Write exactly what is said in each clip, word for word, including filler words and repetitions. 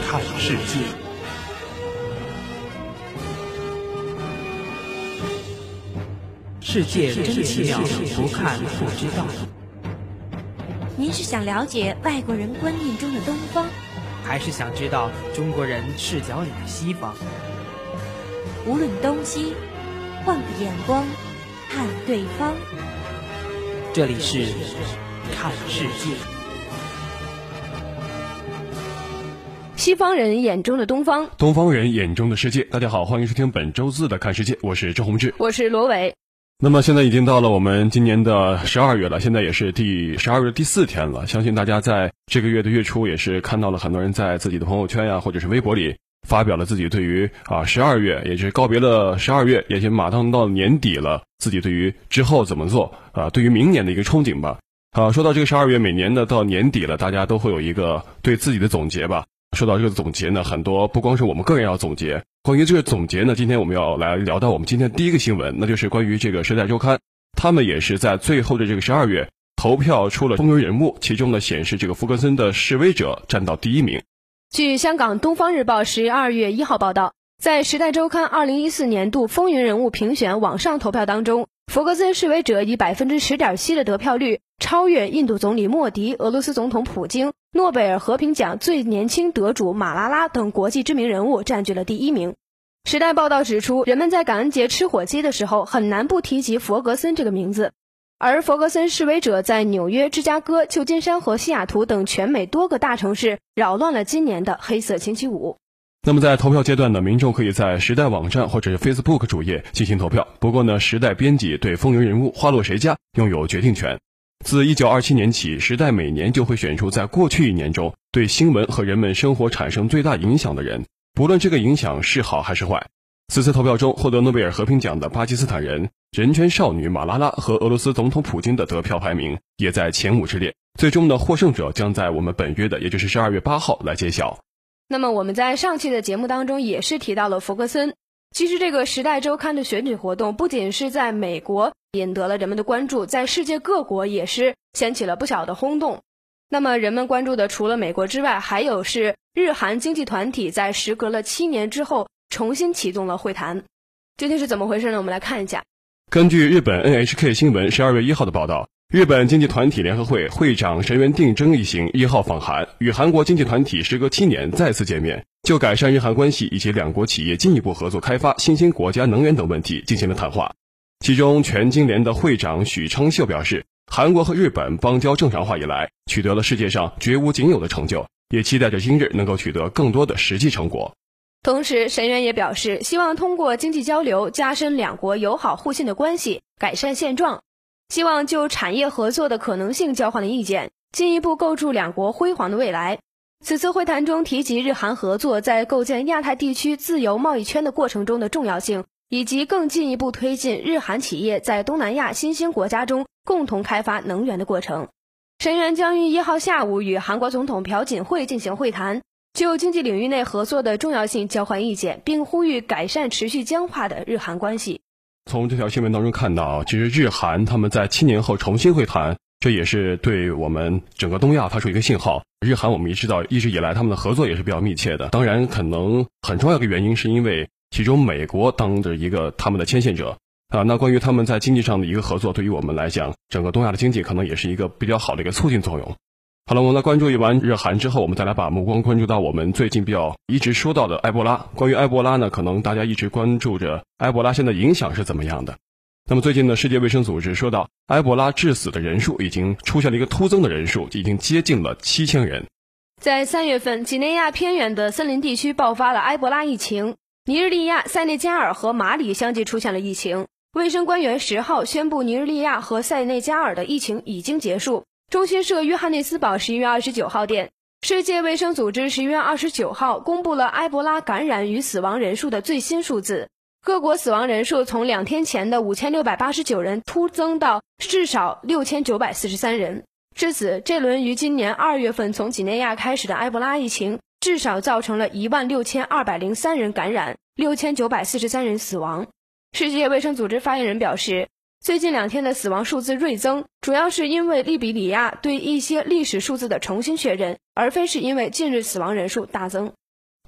看世界。世界真奇妙，不看不知道。 您是想了解外国人观念中的东方， 还是想知道中国人视角里的西方？ 无论东西，换个眼光看对方。 这里是看世界。 西方人眼中的东方， 东方人眼中的世界。大家好，欢迎收听本周四的看世界，我是周宏志， 我是罗伟。 那么现在已经到了我们今年的十二月了，现在也是第十二月第四天了。相信大家在这个月的月初也是看到了很多人在自己的朋友圈呀、啊，或者是微博里发表了自己对于啊十二月，也就是告别了十二月，也就马上到年底了，自己对于之后怎么做啊，对于明年的一个憧憬吧。啊，说到这个十二月，每年呢到年底了，大家都会有一个对自己的总结吧。说到这个总结呢，很多不光是我们个人要总结。关于这个总结呢，今天我们要来聊到我们今天第一个新闻，那就是关于这个《时代周刊》，他们也是在最后的这个十二月投票出了风云人物，其中呢显示这个福格森的示威者占到第一名。 据香港《东方日报》十二月一号报道，在《时代周刊》二零一四年度风云人物评选网上投票当中，福格森示威者以 百分之十点七 的得票率超越印度总理莫迪、俄罗斯总统普京、诺贝尔和平奖最年轻得主马拉拉等国际知名人物，占据了第一名。时代报道指出，人们在感恩节吃火鸡的时候很难不提及佛格森这个名字，而佛格森示威者在纽约、芝加哥、旧金山和西雅图等全美多个大城市扰乱了今年的黑色星期五。 那么在投票阶段呢，民众可以在时代网站或者是 Facebook 主页进行投票。不过呢，时代编辑对风云人物花落谁家拥有决定权。自一九二七年起，时代每年就会选出在过去一年中对新闻和人们生活产生最大影响的人，不论这个影响是好还是坏。此次投票中获得诺贝尔和平奖的巴基斯坦人人权少女马拉拉和俄罗斯总统普京的得票排名也在前五之列。最终的获胜者将在我们本月的也就是十二月八号来揭晓。 那么我们在上期的节目当中也是提到了福格森。其实这个时代周刊的选举活动不仅是在美国引得了人们的关注，在世界各国也是掀起了不小的轰动。那么人们关注的除了美国之外，还有是日韩经济团体在时隔了七年之后重新启动了会谈。究竟是怎么回事呢？我们来看一下。 根据日本 N H K 新闻十二月一号的报道，日本经济团体联合会会长神原定征一行一号访韩，与韩国经济团体时隔七年再次见面，就改善日韩关系以及两国企业进一步合作开发新兴国家能源等问题进行了谈话。其中全经联的会长许昌秀表示，韩国和日本邦交正常化以来，取得了世界上绝无仅有的成就，也期待着今日能够取得更多的实际成果。 同时神原也表示，希望通过经济交流加深两国友好互信的关系，改善现状，希望就产业合作的可能性交换了意见，进一步构筑两国辉煌的未来。此次会谈中提及日韩合作在构建亚太地区自由贸易圈的过程中的重要性，以及更进一步推进日韩企业在东南亚新兴国家中共同开发能源的过程。神原将于一号下午与韩国总统朴槿惠进行会谈，就经济领域内合作的重要性交换意见，并呼吁改善持续僵化的日韩关系。 从这条新闻当中看到，其实日韩他们在七年后重新会谈，这也是对我们整个东亚发出一个信号。日韩我们也知道一直以来他们的合作也是比较密切的，当然可能很重要的原因是因为其中美国当着一个他们的牵线者啊。那关于他们在经济上的一个合作，对于我们来讲，整个东亚的经济可能也是一个比较好的一个促进作用。好了，我们来关注完日韩之后，我们再来把目光关注到我们最近比较一直说到的埃博拉。关于埃博拉呢，可能大家一直关注着埃博拉现在影响是怎么样的。那么最近呢，世界卫生组织说到，埃博拉致死的人数已经出现了一个突增的人数，已经接近了七千人。 在三月份，几内亚偏远的森林地区爆发了埃博拉疫情，尼日利亚、塞内加尔和马里相继出现了疫情。卫生官员十号宣布，尼日利亚和塞内加尔的疫情已经结束。中新社约翰内斯堡十一月二十九号电，世界卫生组织十一月二十九号公布了埃博拉感染与死亡人数的最新数字。各国死亡人数从两天前的五千六百八十九人突增到至少六千九百四十三人。至此，这轮于今年二月份从几内亚开始的埃博拉疫情至少造成了一万六千二百零三人感染，六千九百四十三人死亡。世界卫生组织发言人表示，最近两天的死亡数字锐增，主要是因为利比里亚对一些历史数字的重新确认，而非是因为近日死亡人数大增。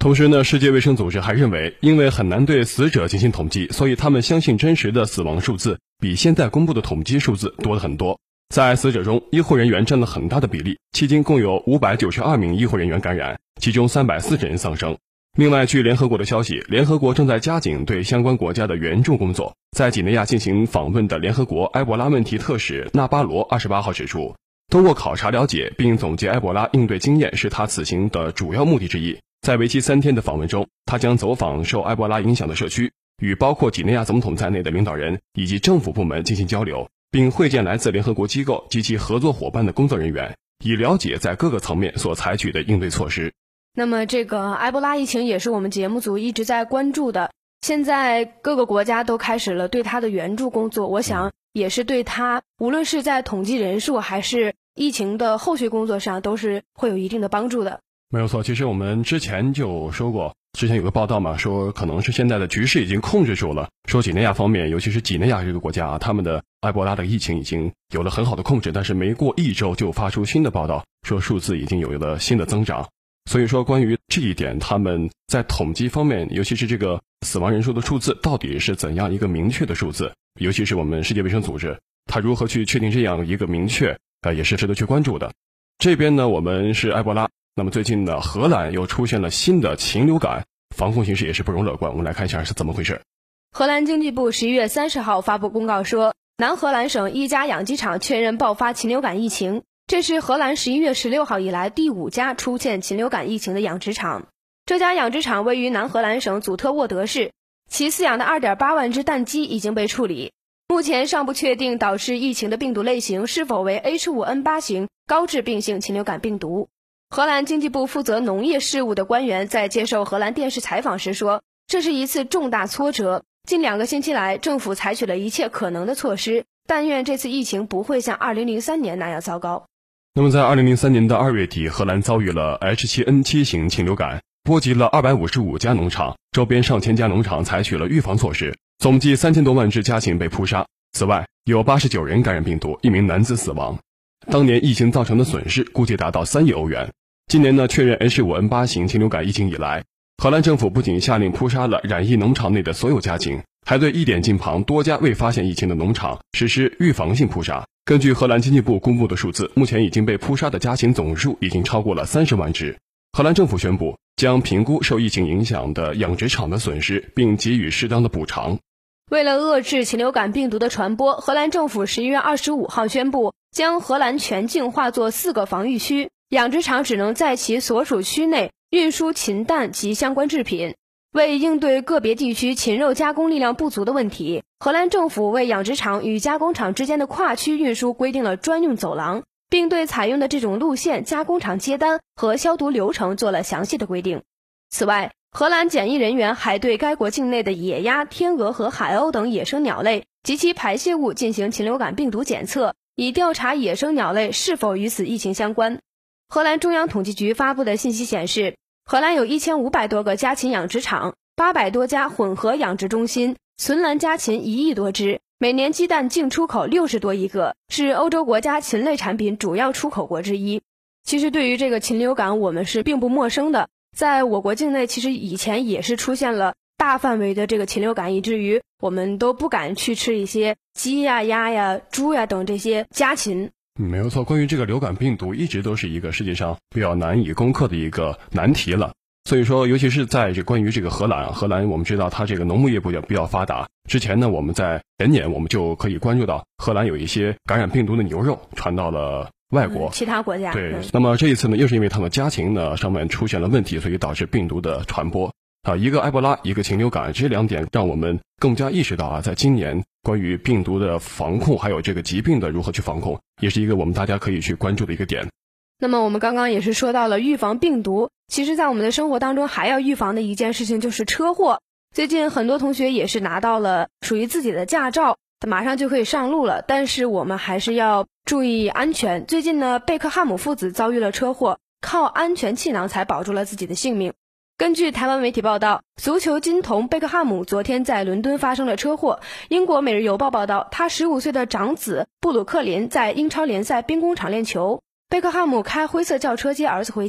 同时呢，世界卫生组织还认为，因为很难对死者进行统计，所以他们相信真实的死亡数字比现在公布的统计数字多了很多。在死者中，医护人员占了很大的比例，迄今共有五百九十二名医护人员感染，其中三百四十人丧生。另外，据联合国的消息，联合国正在加紧对相关国家的援助工作。在几内亚进行访问的联合国埃博拉问题特使纳巴罗二十八号指出，通过考察了解并总结埃博拉应对经验是他此行的主要目的之一。在为期三天的访问中，他将走访受埃博拉影响的社区，与包括几内亚总统在内的领导人以及政府部门进行交流，并会见来自联合国机构及其合作伙伴的工作人员，以了解在各个层面所采取的应对措施。 那么这个埃博拉疫情也是我们节目组一直在关注的，现在各个国家都开始了对它的援助工作，我想也是对它无论是在统计人数还是疫情的后续工作上都是会有一定的帮助的。 没有错，其实我们之前就说过，之前有个报道嘛，说可能是现在的局势已经控制住了，说几内亚方面，尤其是几内亚这个国家啊，他们的埃博拉的疫情已经有了很好的控制，但是没过一周就发出新的报道，说数字已经有了新的增长。所以说关于这一点，他们在统计方面，尤其是这个死亡人数的数字到底是怎样一个明确的数字，尤其是我们世界卫生组织它如何去确定这样一个明确，呃，也是值得去关注的。这边呢，我们是埃博拉，那么最近呢，荷兰又出现了新的禽流感，防控形势也是不容乐观。我们来看一下是怎么回事。 荷兰经济部十一月三十号发布公告说，南荷兰省一家养鸡场确认爆发禽流感疫情，这是荷兰十一月十六号以来第五家出现禽流感疫情的养殖场。这家养殖场位于南荷兰省祖特沃德市，其饲养的 二点八万只蛋鸡已经被处理。目前尚不确定导致疫情的病毒类型是否为 H 五 N 八 型高致病性禽流感病毒。荷兰经济部负责农业事务的官员在接受荷兰电视采访时说，这是一次重大挫折，近两个星期来政府采取了一切可能的措施，但愿这次疫情不会像二零零三年那样糟糕。 那么在二零零三年的二月底，荷兰遭遇了 H 七 N 七 型禽流感，波及了二百五十五家农场，周边上千家农场采取了预防措施，总计三千多万只家禽被扑杀。此外，有八十九人感染病毒，一名男子死亡。当年疫情造成的损失估计达到三亿欧元。今年呢，确认 H 五 N 八 型禽流感疫情以来，荷兰政府不仅下令扑杀了染疫农场内的所有家禽，还对一点近旁多家未发现疫情的农场实施预防性扑杀。根据荷兰经济部公布的数字，目前已经被扑杀的家禽总数已经超过了三十万只。荷兰政府宣布将评估受疫情影响的养殖场的损失，并给予适当的补偿。 为了遏制禽流感病毒的传播，荷兰政府十一月二十五号宣布，将荷兰全境划作四个防御区，养殖场只能在其所属区内运输禽蛋及相关制品。为应对个别地区禽肉加工力量不足的问题，荷兰政府为养殖场与加工厂之间的跨区运输规定了专用走廊，并对采用的这种路线、加工厂接单和消毒流程做了详细的规定。此外，荷兰检疫人员还对该国境内的野鸭、天鹅和海鸥等野生鸟类及其排泄物进行禽流感病毒检测，以调查野生鸟类是否与此疫情相关。荷兰中央统计局发布的信息显示，荷兰有一千五百多个家禽养殖场，八百多家混合养殖中心，存栏家禽一亿多只，每年鸡蛋净出口六十多亿个，是欧洲国家禽类产品主要出口国之一。其实对于这个禽流感，我们是并不陌生的，在我国境内其实以前也是出现了大范围的这个禽流感，以至于我们都不敢去吃一些鸡呀、鸭呀、猪呀等这些家禽。 没有错，关于这个流感病毒一直都是一个世界上比较难以攻克的一个难题了。所以说，尤其是在这关于这个荷兰，荷兰我们知道它这个农牧业比较比较发达。之前呢，我们在前年我们就可以关注到荷兰有一些感染病毒的牛肉传到了外国、 嗯、其他国家。 对、 嗯， 那么这一次呢，又是因为它的家禽呢上面出现了问题，所以导致病毒的传播。啊，一个埃博拉，一个禽流感，这两点让我们更加意识到啊，在今年关于病毒的防控，还有这个疾病的如何去防控，也是一个我们大家可以去关注的一个点。 那么我们刚刚也是说到了预防病毒，其实在我们的生活当中还要预防的一件事情就是车祸。最近很多同学也是拿到了属于自己的驾照，马上就可以上路了，但是我们还是要注意安全。最近呢，贝克汉姆父子遭遇了车祸，靠安全气囊才保住了自己的性命。根据台湾媒体报道，足球金童贝克汉姆昨天在伦敦发生了车祸。英国《每日邮报》报道，他十五岁的长子布鲁克林在英超联赛兵工厂练球，贝克汉姆开灰色轿车接儿子回家，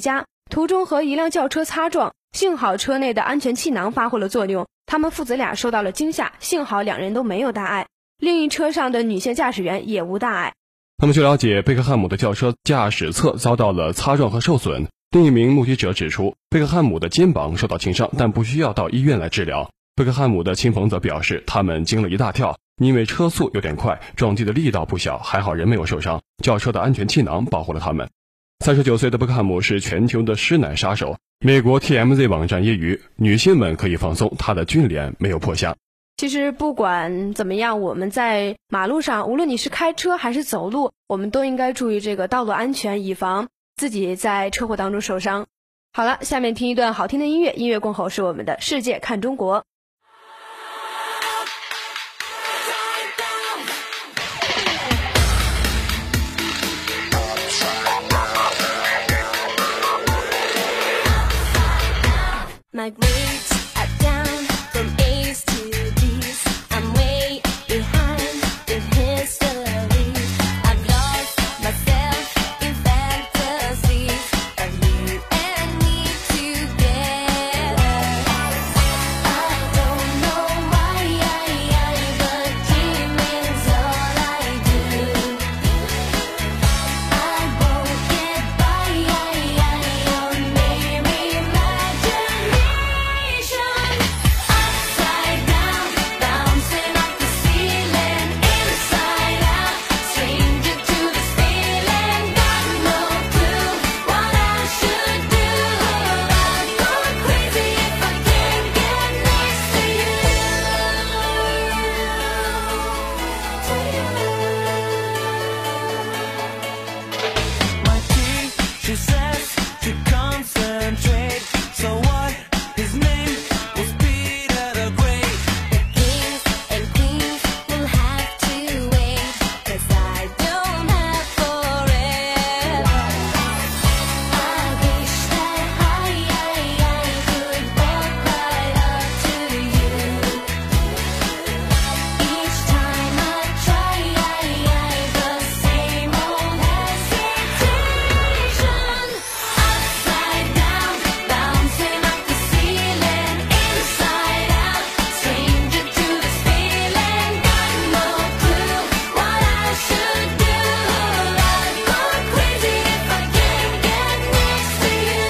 途中和一辆轿车擦撞，幸好车内的安全气囊发挥了作用，他们父子俩受到了惊吓，幸好两人都没有大碍，另一车上的女性驾驶员也无大碍。 那么据了解，贝克汉姆的轿车驾驶侧遭到了擦撞和受损。另一名目击者指出，贝克汉姆的肩膀受到轻伤，但不需要到医院来治疗。贝克汉姆的亲朋则表示，他们惊了一大跳，因为车速有点快，撞击的力道不小，还好人没有受伤，轿车的安全气囊保护了他们。三十九岁的贝克汉姆是全球的师奶杀手。美国 T M Z 网站揶揄，女性们可以放松，她的俊脸没有破相。 其实不管怎么样，我们在马路上，无论你是开车还是走路，我们都应该注意这个道路安全，以防自己在车祸当中受伤。好了，下面听一段好听的音乐，音乐过后是我们的世界看中国。 My grades are down from A's to D's. I'm way behind in history. I've lost myself in fantasies of you and me together. I don't know why, but dreaming's all I do. I won't get by on mere imagination. Upside down, bouncing off the ceiling, inside out, stranger to this feeling. Got no clue what I should do. I'd go crazy if I can't get next to you. My teacher says to concentrate. So what? His name was Peter the Great. The kings and queens will have to wait, 'cause I don't have forever. I wish that I, I, I could walk right up to you. Each time I try, I, I, the same old hesitation. Upside down, bouncing off the ceiling, inside out, stranger to this feeling. Got no clue what I should do. I'd go crazy if I can't get next to you.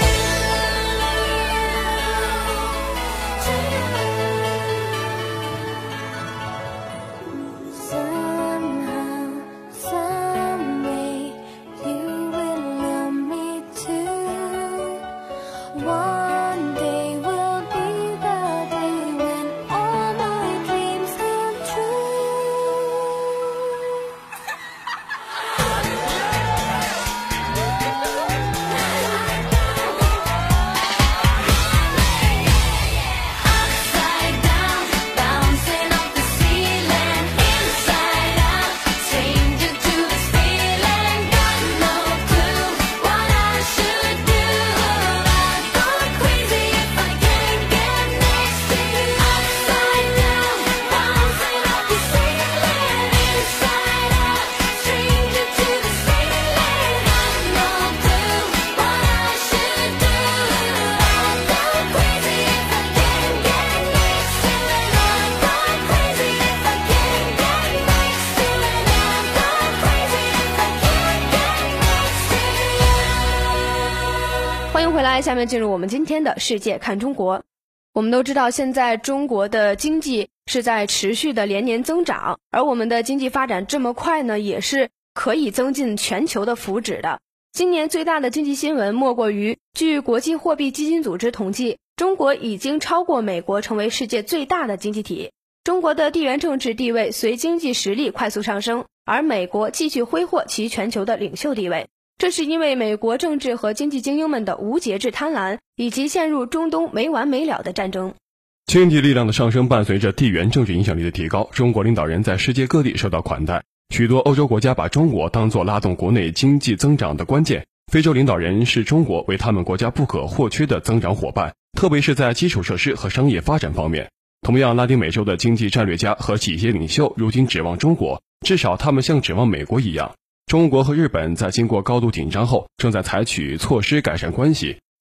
Somehow, someday, you will love me too. One day will be the day when all my dreams come true. Upside down, bouncing off the ceiling, inside out, stranger to this feeling. Got no clue what I should do. I'd go crazy if I can't get next to you. Upside down, bouncing off the ceiling, inside out, stranger to this feeling. Got no clue what I should do. I'd go crazy if I can't get next to it. I'd go crazy if I can't get next to it. I'd go crazy if I can't get next to you. 欢迎回来，下面进入我们今天的世界看中国。我们都知道，现在中国的经济是在持续的连年增长，而我们的经济发展这么快呢，也是可以增进全球的福祉的。今年最大的经济新闻莫过于，据国际货币基金组织统计，中国已经超过美国成为世界最大的经济体。中国的地缘政治地位随经济实力快速上升，而美国继续挥霍其全球的领袖地位。这是因为美国政治和经济精英们的无节制贪婪，以及陷入中东没完没了的战争。 经济力量的上升伴随着地缘政治影响力的提高，中国领导人在世界各地受到款待。许多欧洲国家把中国当作拉动国内经济增长的关键，非洲领导人视中国为他们国家不可或缺的增长伙伴，特别是在基础设施和商业发展方面。同样，拉丁美洲的经济战略家和企业领袖如今指望中国，至少他们像指望美国一样。中国和日本在经过高度紧张后，正在采取措施改善关系。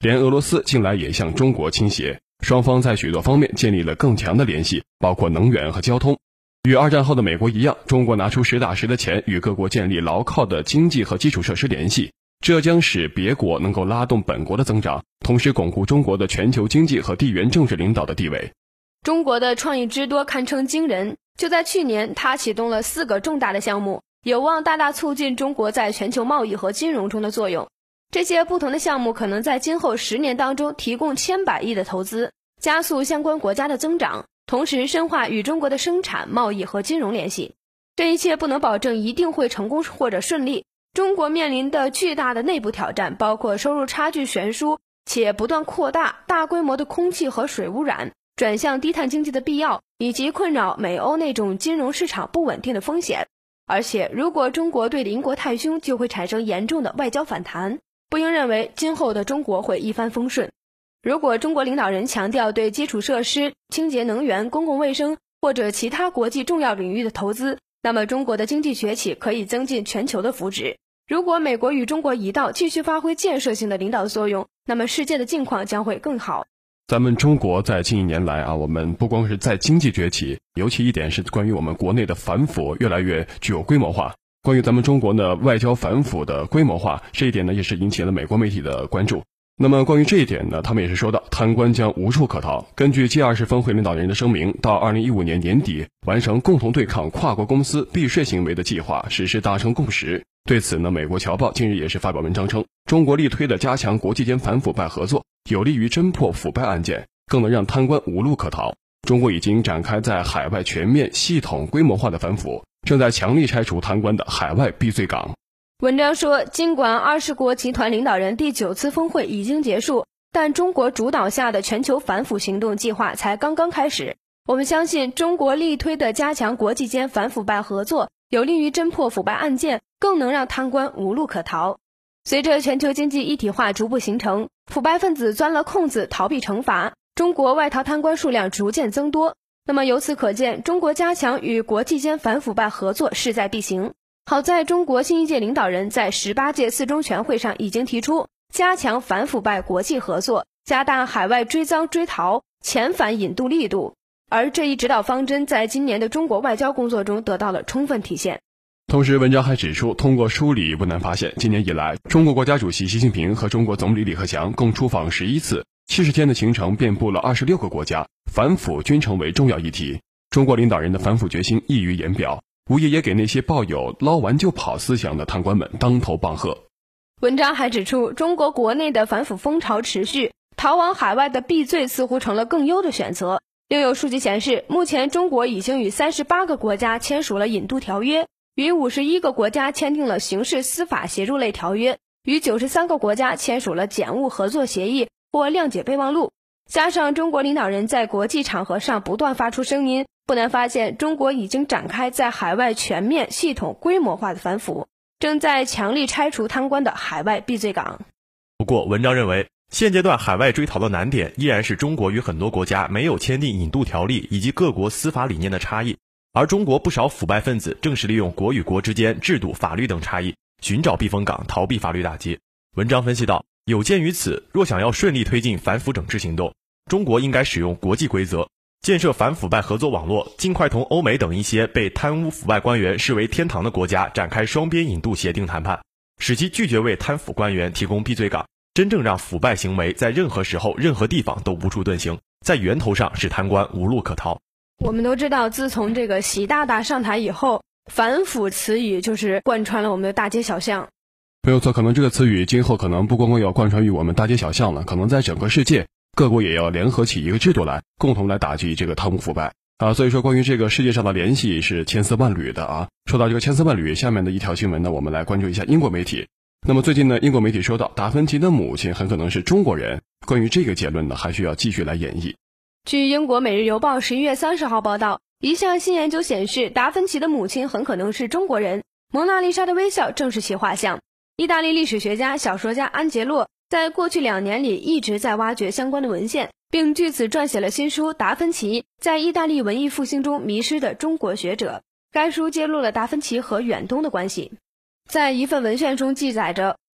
连俄罗斯近来也向中国倾斜，双方在许多方面建立了更强的联系，包括能源和交通。与二战后的美国一样，中国拿出实打实的钱与各国建立牢靠的经济和基础设施联系，这将使别国能够拉动本国的增长，同时巩固中国的全球经济和地缘政治领导的地位。 中国的创意之多堪称惊人，就在去年，它启动了四个重大的项目，有望大大促进中国在全球贸易和金融中的作用。这些不同的项目可能在今后十年当中提供千百亿的投资，加速相关国家的增长，同时深化与中国的生产、贸易和金融联系。这一切不能保证一定会成功或者顺利。中国面临的巨大的内部挑战包括收入差距悬殊且不断扩大、大规模的空气和水污染、转向低碳经济的必要，以及困扰美欧那种金融市场不稳定的风险。而且如果中国对邻国太凶，就会产生严重的外交反弹。不应认为今后的中国会一帆风顺。如果中国领导人强调对基础设施、清洁能源、公共卫生或者其他国际重要领域的投资，那么中国的经济崛起可以增进全球的福祉。如果美国与中国一道继续发挥建设性的领导作用，那么世界的境况将会更好。 咱们中国在近一年来啊，我们不光是在经济崛起，尤其一点是关于我们国内的反腐越来越具有规模化。关于咱们中国的外交反腐的规模化，这一点呢也是引起了美国媒体的关注。那么关于这一点呢，他们也是说到贪官将无处可逃。根据 G 二十 峰会领导人的声明，到二零一五年年底完成共同对抗跨国公司避税行为的计划，实施达成共识。对此呢，美国侨报近日也是发表文章称，中国力推的加强国际间反腐败合作，有利于侦破腐败案件，更能让贪官无路可逃。中国已经展开在海外全面、系统、规模化的反腐，正在强力拆除贪官的海外避罪港。 文章说，尽管二十国集团领导人第九次峰会已经结束，但中国主导下的全球反腐行动计划才刚刚开始。我们相信，中国力推的加强国际间反腐败合作，有利于侦破腐败案件，更能让贪官无路可逃。随着全球经济一体化逐步形成，腐败分子钻了空子逃避惩罚，中国外逃贪官数量逐渐增多。那么由此可见，中国加强与国际间反腐败合作势在必行。好在中国新一届领导人在十八届四中全会上已经提出加强反腐败国际合作，加大海外追赃追逃、遣返引渡力度，而这一指导方针在今年的中国外交工作中得到了充分体现。 同时，文章还指出，通过梳理不难发现，今年以来，中国国家主席习近平和中国总理李克强共出访十一次，七十天的行程遍布了二十六个国家，反腐均成为重要议题。中国领导人的反腐决心溢于言表，无疑也给那些抱有捞完就跑思想的贪官们当头棒喝。 文章还指出，中国国内的反腐风潮持续，逃往海外的避罪似乎成了更优的选择。另有数据显示，目前中国已经与三十八个国家签署了引渡条约，与五十一个国家签订了刑事司法协助类条约，与九十三个国家签署了检务合作协议或谅解备忘录。加上中国领导人在国际场合上不断发出声音，不难发现，中国已经展开在海外全面、系统、规模化的反腐，正在强力拆除贪官的海外避罪港。 不过，文章认为，现阶段海外追逃的难点依然是中国与很多国家没有签订引渡条例以及各国司法理念的差异，而中国不少腐败分子正是利用国与国之间制度、法律等差异，寻找避风港，逃避法律打击。文章分析到，有鉴于此，若想要顺利推进反腐整治行动，中国应该使用国际规则，建设反腐败合作网络，尽快同欧美等一些被贪污腐败官员视为天堂的国家展开双边引渡协定谈判，使其拒绝为贪腐官员提供避罪港，真正让腐败行为在任何时候、任何地方都无处遁形，在源头上使贪官无路可逃。 我们都知道，自从这个习大大上台以后，反腐词语就是贯穿了我们的大街小巷。 没有错，可能这个词语今后可能不光光要贯穿于我们大街小巷了，可能在整个世界各国也要联合起一个制度来，共同来打击这个贪污腐败啊。所以说，关于这个世界上的联系是千丝万缕的啊。说到这个千丝万缕，下面的一条新闻呢，我们来关注一下英国媒体。那么最近呢，英国媒体说到达芬奇的母亲很可能是中国人，关于这个结论呢，还需要继续来演绎。 据英国《每日邮报》十一月三十号报道，一项新研究显示，达芬奇的母亲很可能是中国人。蒙娜丽莎的微笑正是其画像。意大利历史学家、小说家安杰洛在过去两年里一直在挖掘相关的文献，并据此撰写了新书《达芬奇在意大利文艺复兴中迷失的中国学者》。该书揭露了达芬奇和远东的关系。在一份文献中记载着，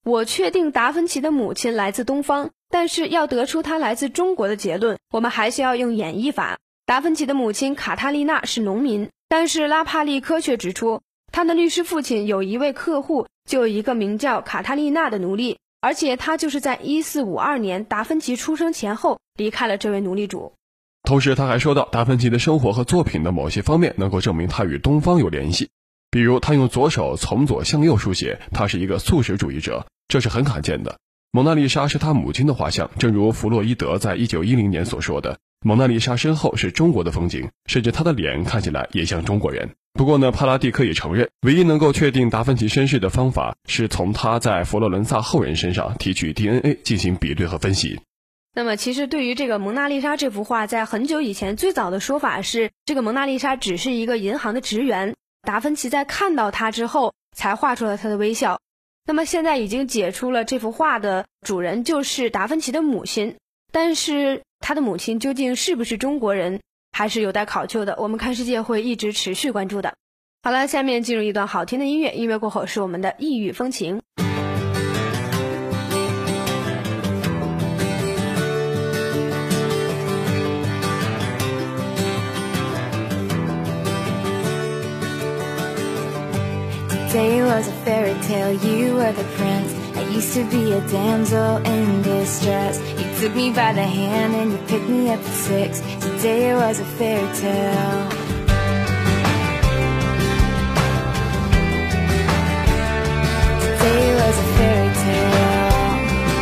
我确定达芬奇的母亲来自东方，但是要得出她来自中国的结论，我们还是要用演绎法。达芬奇的母亲卡塔丽娜是农民，但是拉帕利科却指出，他的律师父亲有一位客户，就有一个名叫卡塔丽娜的奴隶，而且他就是在一四五二年达芬奇出生前后离开了这位奴隶主。 同时他还说到，达芬奇的生活和作品的某些方面能够证明他与东方有联系，比如他用左手从左向右书写，他是一个素食主义者，这是很罕见的。蒙娜丽莎是他母亲的画像，正如弗洛伊德在一九一零年所说的，蒙娜丽莎身后是中国的风景，甚至她的脸看起来也像中国人。不过呢，帕拉蒂克也承认，唯一能够确定达芬奇身世的方法是从他在佛罗伦萨后人身上提取 D N A 进行比对和分析。 那么其实对于这个蒙娜丽莎这幅画，在很久以前最早的说法是，这个蒙娜丽莎只是一个银行的职员，达芬奇在看到她之后才画出了她的微笑。那么现在已经解出了这幅画的主人就是达芬奇的母亲，但是他的母亲究竟是不是中国人，还是有待考究的，我们看世界会一直持续关注的。好了，下面进入一段好听的音乐，音乐过后是我们的异域风情。 Today was a fairy tale, you were the prince. I used to be a damsel in distress. You took me by the hand and you picked me up at six. Today was a fairy tale. Today was a fairy tale.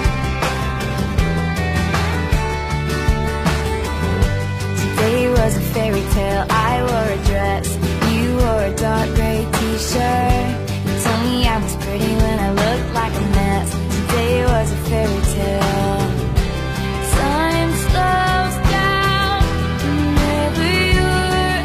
Today was a fairy tale. I wore a dress, you wore a dark gray t-shirt. Told me I was pretty when I looked like a mess. Today was a fairy tale. Time slows down whenever you're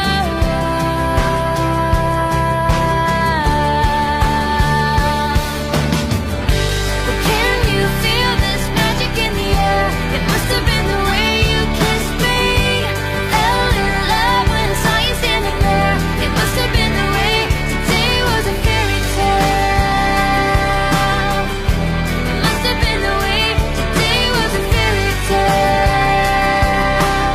around. But can you feel this magic in the air? It must have been the way you kissed me. Fell in love when I saw you standing there. It must have been the way. Today was a fairy tale. It must have been the way. Today was a fairy tale.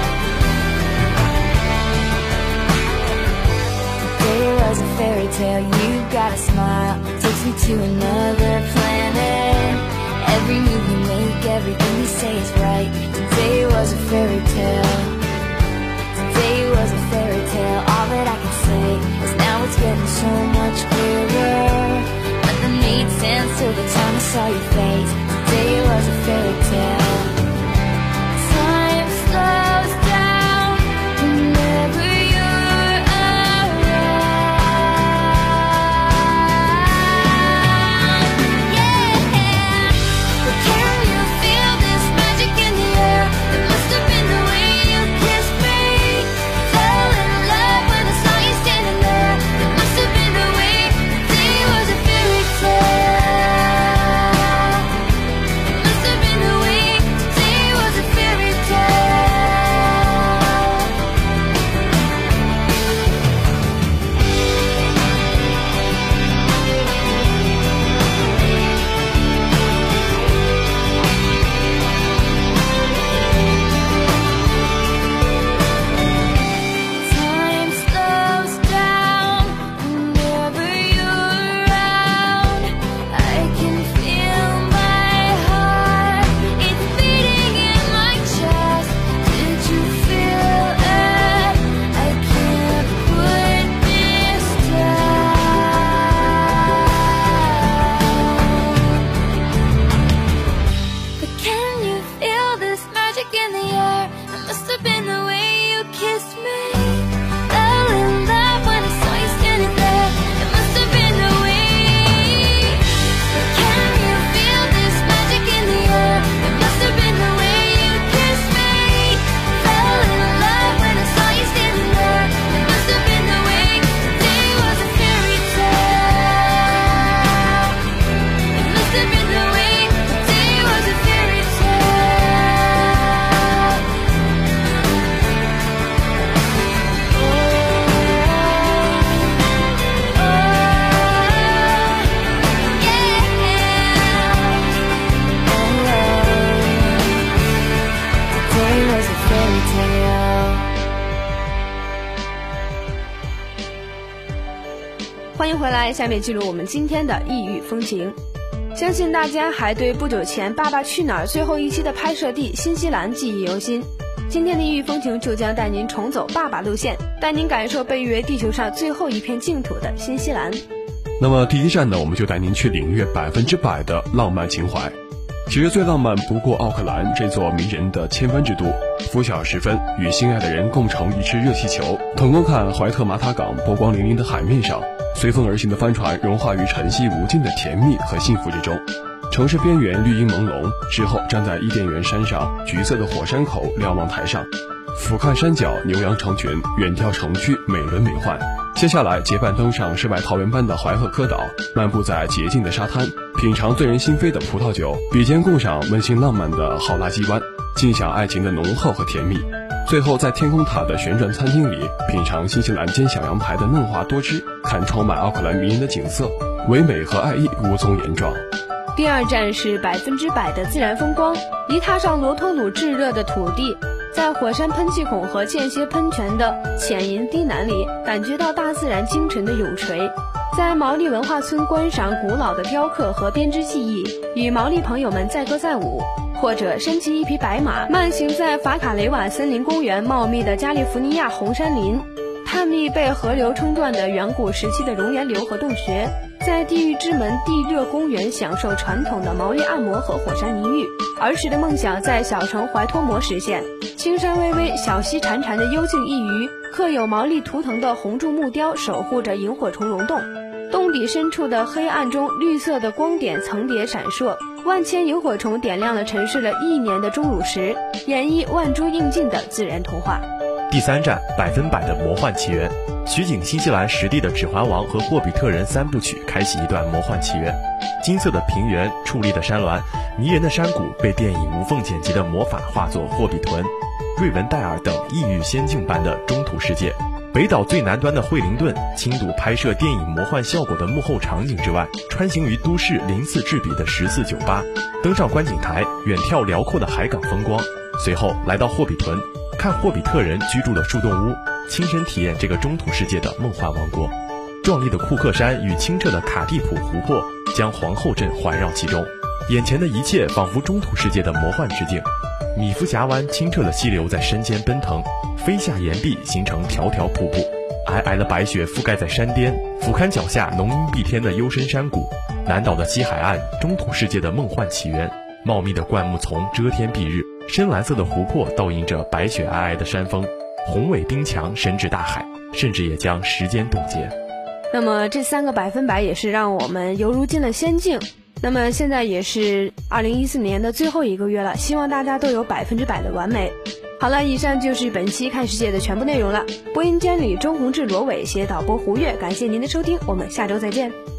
Today was a fairy tale. You got a smile, takes me to another planet. Every move you make, everything you say is right. Today was a fairy tale. Today was a fairy tale. All that I can say is now it's getting so much clearer. Nothing made sense till the time I saw your face. Today was a fairy tale. Time slows down whenever you're around. Yeah. But can you feel this magic in the air? It must have been the way you kissed me. Fell in love when I saw you standing there. It must have been the way. Today was a fairy tale. 欢迎回来，下面进入我们今天的异域风情。相信大家还对不久前《爸爸去哪儿》最后一期的拍摄地新西兰记忆犹新。今天的异域风情就将带您重走爸爸路线，带您感受被誉为地球上最后一片净土的新西兰。 那么第一站呢，我们就带您去领略百分之百的浪漫情怀。其实最浪漫不过奥克兰这座迷人的千帆之都，拂晓时分，与心爱的人共乘一只热气球，腾空看怀特玛塔港波光粼粼的海面上，随风而行的帆船融化于晨曦无尽的甜蜜和幸福之中。城市边缘绿荫朦胧，之后站在伊甸园山上橘色的火山口瞭望台上，俯瞰山脚牛羊成群，远眺城区美轮美奂。接下来结伴登上世外桃源般的怀赫科岛，漫步在洁净的沙滩，品尝醉人心扉的葡萄酒，比肩共赏温馨浪漫的浩拉基湾，尽享爱情的浓厚和甜蜜。最后在天空塔的旋转餐厅里，品尝新西兰煎小羊排的嫩滑多汁，看充满奥克兰迷人的景色，唯美和爱意无从言状。 第二站是百分之百的自然风光。一踏上罗托鲁炙热的土地，在火山喷气孔和间歇喷泉的浅银低南里，感觉到大自然精神的永垂。在毛利文化村观赏古老的雕刻和编织技艺，与毛利朋友们载歌载舞，或者身骑一匹白马，慢行在法卡雷瓦森林公园茂密的加利福尼亚红杉林，探秘被河流冲断的远古时期的熔岩流和洞穴，在地狱之门地热公园享受传统的毛利按摩和火山泥浴。儿时的梦想在小城怀托摩实现，青山巍巍小溪潺潺的幽静一隅，刻有毛利图腾的红柱木雕守护着萤火虫溶洞，洞底深处的黑暗中绿色的光点层叠闪烁，万千萤火虫点亮了沉睡了一年的钟乳石，演绎万株映镜的自然童话。 第三站，百分百的魔幻起源，取景新西兰实地的《指环王》和《霍比特人》三部曲，开启一段魔幻起源。金色的平原，矗立的山峦，迷人的山谷，被电影无缝剪辑的魔法化作霍比屯、瑞文戴尔等异域仙境般的中土世界。北岛最南端的惠灵顿，倾睹拍摄电影魔幻效果的幕后场景之外，穿行于都市鳞次栉比的十四酒吧，登上观景台，远眺辽阔的海港风光。随后来到霍比屯，看霍比特人居住的树洞屋，亲身体验这个中土世界的梦幻王国。壮丽的库克山与清澈的卡蒂普湖泊将皇后镇环绕其中，眼前的一切仿佛中土世界的魔幻之境。米夫峡湾清澈的溪流在山间奔腾，飞下岩壁形成条条瀑布，皑皑的白雪覆盖在山巅，俯瞰脚下浓荫蔽天的幽深山谷。南岛的西海岸，中土世界的梦幻起源，茂密的灌木丛遮天蔽日，深蓝色的湖泊倒映着白雪皑皑的山峰，宏伟冰墙伸至大海，甚至也将时间冻结。 那么这三个百分百也是让我们犹如进了仙境。那么现在也是二零一四年的最后一个月了，希望大家都有百分之百的完美。好了，以上就是本期看世界的全部内容了。播音间里钟宏志、罗伟，写导播胡月，感谢您的收听，我们下周再见。